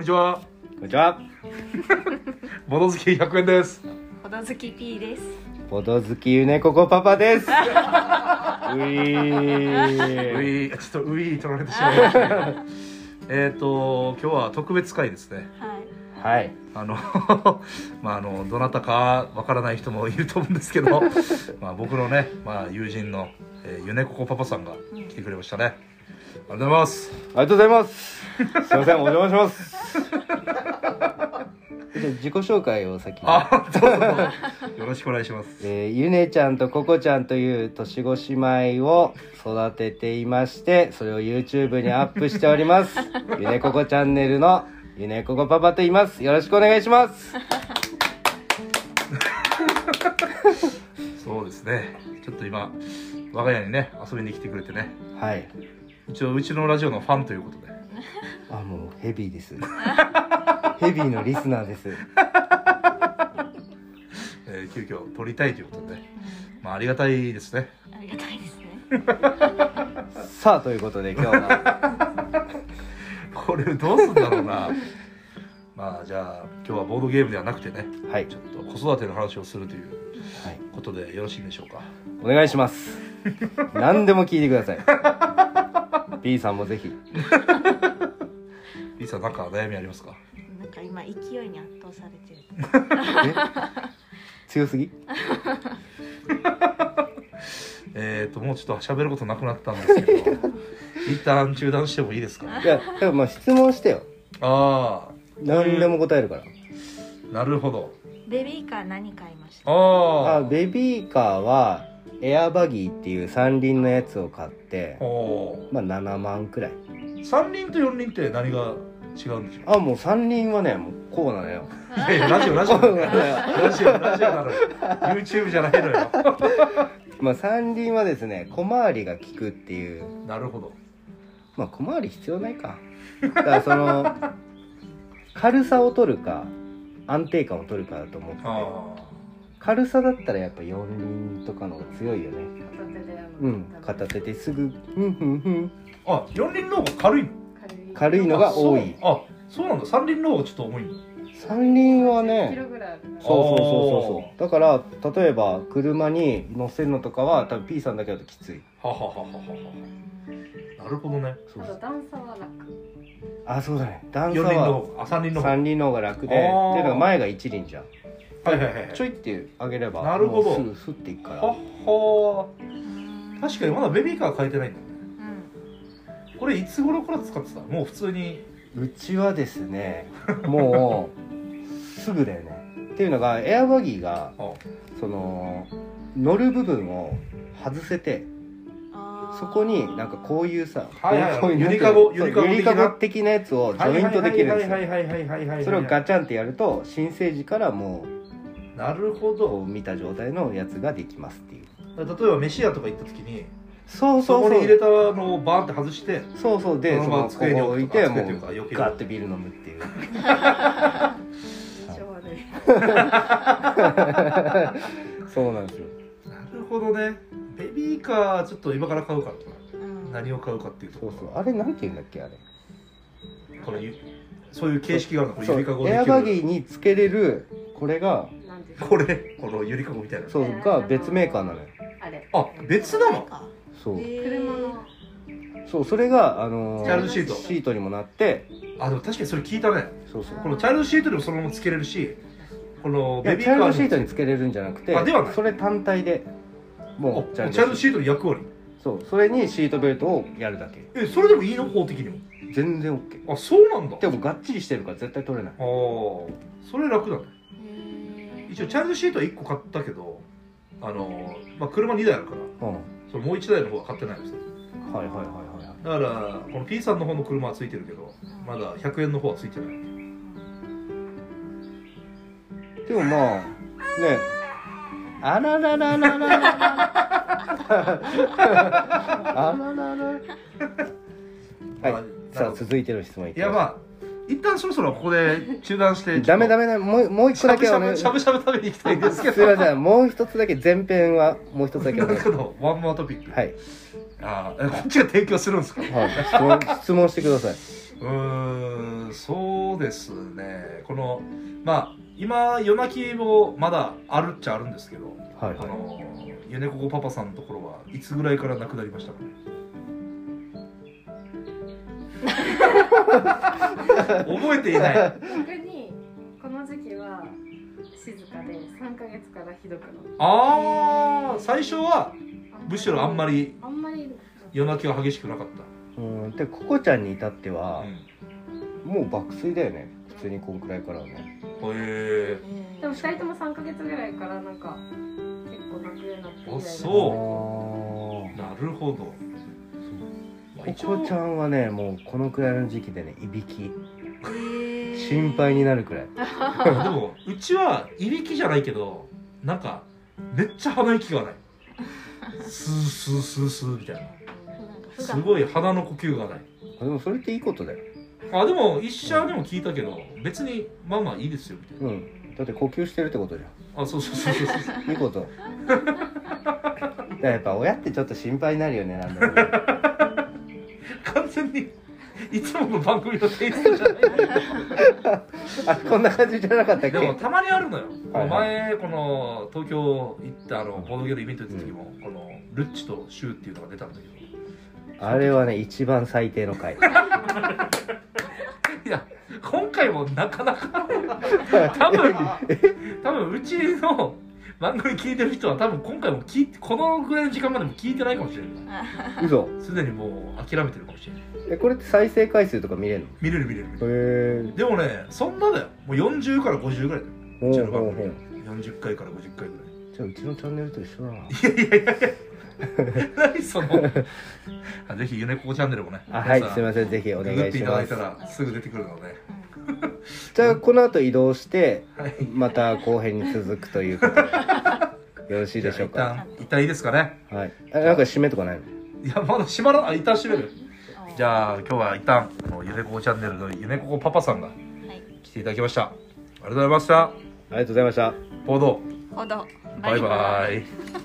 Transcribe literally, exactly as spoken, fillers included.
んにちは。 こんにちは。 ボド好きひゃくえんです。 ボド好き P です。 ボド好きゆねここパパです。ういー。 うい、ちょっとうい取られてしまいましたけど。えっと今日は特別会ですね。 はい。 はい。 あのまああのどなたかわからない人もいると思うんですけど、まあ僕のね、まあ友人の、えー、ゆねここパパさんが来てくれましたね。ありがとうございます。 ありがとうございます。すいません、お邪魔します。じゃあ自己紹介を先に。 あ、どうぞどうぞ。よろしくお願いします。 えー、ゆねちゃんとここちゃんという年子姉妹を育てていまして、それを YouTube にアップしております。ゆねここチャンネルのゆねここパパと言います。よろしくお願いします。 そうですね。ちょっと今我が家にね遊びに来てくれてね。 はい。 一応うちのラジオのファンということで。 あ、もうヘビーです。ヘビーのリスナーです。 えー、急遽撮りたいということで、まあありがたいですね。 ありがたいですね。 さあということで今日はこれどうすんだろうな。まあじゃあ今日はボードゲームではなくてね、 はい、 ちょっと子育ての話をするというはいことでよろしいでしょうか。 お願いします。何でも聞いてください。B さんもぜひ。 B さんなんか悩みありますか？ なんか今勢いに圧倒されてる。 え強すぎ？ えっともうちょっと喋ることなくなったんですけど一旦中断してもいいですか？ いや、でもまあ質問してよ。 ああ、 何でも答えるから。 なるほど。 ベビーカー何買いました？ ああ、ベビーカーはエアバギーっていう三輪のやつを買って、 あ、おまあななまんくらい。 三輪と四輪って何が違うんでしょう？ あ、もう三輪はね、もうこうなのよ。 いやいやラジオラジオラジオラジオなのよ。YouTube じゃないのよ。 まあ三輪はですね、小回りが利くっていう。 なるほど。 まあ小回り必要ないか。だからその軽さを取るか安定感を取るかだと思ってて、軽さだったらやっぱ四輪とかの方が強いよね。 片手でうん、片手ですぐふんふんふん。 あ、四輪の方が軽いの？ 軽いのが多い。 あ、そうなんだ。三輪の方がちょっと重いの？ 三輪はね、 キロぐらいある。 そうそうそうそうそう。だから例えば車に乗せるのとかは多分 P さんだけだときつい。 はははははは。なるほどね。 そうそう。 段差は楽。 あ、そうだね。段差四輪のは方が、あ、三輪の方が。 三輪の方が楽で、ってあーいうのが前が一輪じゃん。 はいはいはい。 ちょいってあげれば、 なるほどもうすぐスッていくから。 はっは。確かにまだベビーカー変えてないんだね。 うん。 これいつ頃から使ってた？もう普通に。 うちはですね、もうすぐだよね。っていうのがエアバギーがあ、 その乗る部分を外せて、そこになんかこういうさ、 はいはいはい、 こういうゆりかご、 そうゆりかご的なゆりかご的なやつをジョイントできるんですよ。 はいはいはいはいはいはいはい。 それをガチャンってやると新生児からもうなるほこど。 う見た状態のやつができますっていう。 例えば飯屋とか行った時に、 そうそうそう。 そこに入れたのをバーンって外して、 そうそうで、 そのままその机にここ置いてもう机というか避けるガッてビール飲むっていう。 超悪い。 そうなんですよ。 なるほどね。ベビーカーちょっと今から買うからとか、 うん。 何を買うかっていうところ。 そうそう。あれなんて言うんだっけあれ。 これゆそういう形式があるの。これそうゆりかごでエアバギーにつけれるこれがなんで。 これこのゆりかごみたいな。 そうが別メーカーなのよ。 あれ。 あ、別なの？ そう。 車の。 そうそれがあのー、 チャイルドシートシートにもなって、 あ、でも確かにそれ聞いたね。 そうそう。 このチャイルドシートでもそのままつけれるし、このいやベビーカーチャイルドシートにつけれるんじゃなくて、 あではないそれ単体でもうチャイルドシートの役割。 そうそれにシートベルトをやるだけ。 え、それでもいいの？法的にも。 全然 OK。 あ、そうなんだ。 でもがっちりしてるから絶対取れない。 ああ、それ楽だね。 へー。 一応チャイルドシートはいっこ買ったけど、あのまあ車にだいあるからうん。 そのもういちだいの方は買ってないんですよ。 はいはいはいはい。 だからこの P さんの方の車はついてるけど、まだひゃくえんの方はついてない。 でもまあね、あららららららあららら。はい。さあ続いての質問いきます。 いやまあ一旦そろそろここで中断してダメダメだ、もうもう一個だけしゃお願いぶしゃぶしゃぶ食べに行きたいんですけど。 すいません、もう一つだけ前編はもう一つだけお願いしまなるほど、ワンモアトピック。 す。はいああ、こっちが提供するんですか。 はい、質問質問してください。 うーん、そそうですね、このまあ今夜泣きもまだあるっちゃあるんですけど、 はいあのゆねここパパさんのところはいつぐらいからなくなりましたかね。覚えていない。 逆にこの時期は静かでさんかげつからひどくなる。 ああ、最初はむしろあんまりあんまり夜泣きは激しくなかっうんでココちゃんに至ってた。 はう、ん、 もう爆睡だよね普通にこんくらいからはね。 へでもふたりともさんかげつぐらいからなんか結構泣くようになって以来あだそあえ、なるほど。まあー一応ココちゃんはねもうこのくらいの時期でねいびきえー心配になるくらい。 でもうちはいびきじゃないけどなんかめっちゃ鼻息がない。スースースースーみたいな。すごい鼻の呼吸がない。 あでもそれっていいことだよ。 あでも医者でも聞いたけど別にまあまあいいですよみたいな。 うんだって呼吸してるってことじゃあそうそうそうそうそう。 んいいことだからやっぱ親ってちょっと心配になるよねなんだろうね。 完全にいつもの番組のテイストじゃない。 あこんな感じじゃなかったっけ。 でもたまにあるのよ。 はいはい前この東京行ったあのボードゲームイベント行った時も、このルッチとシューっていうのが出たんだけど。 あれはね一番最低の回。 いや今回もなかなか多分多分うちの番組聞いてる人は多分今回も聞いてこのぐらいの時間までも聞いてないかもしれない。 嘘。 すでにもう諦めてるかもしれない。 えこれって再生回数とか見れる見れる見れる見れの。 る。 へえ。 でもねそんなだよ。もうよんじゅうからごじゅうぐらいだよ。うちの番ほうほうほう組よんじゅっかいからごじゅっかいぐらい。 じゃあうちのチャンネルと一緒だな。 いやいやいやいや何そのあぜひゆねここチャンネルもねあはい皆さんすいませんぜひお願ググっていしますいただいた。らすぐ出てくるので、 じゃあこの後移動してはい、 また後編に続くということでよろしいでしょうか。 じゃあ一旦一旦いいですかね。 はい。あなんか締めとかないの。 いやまだ閉まらない。一旦閉める。じゃあ今日は一旦あのゆねここチャンネルのゆねここパパさんが来ていただきました。ありがとうございました。 ありがとうございました。 報道ほどバイバイ。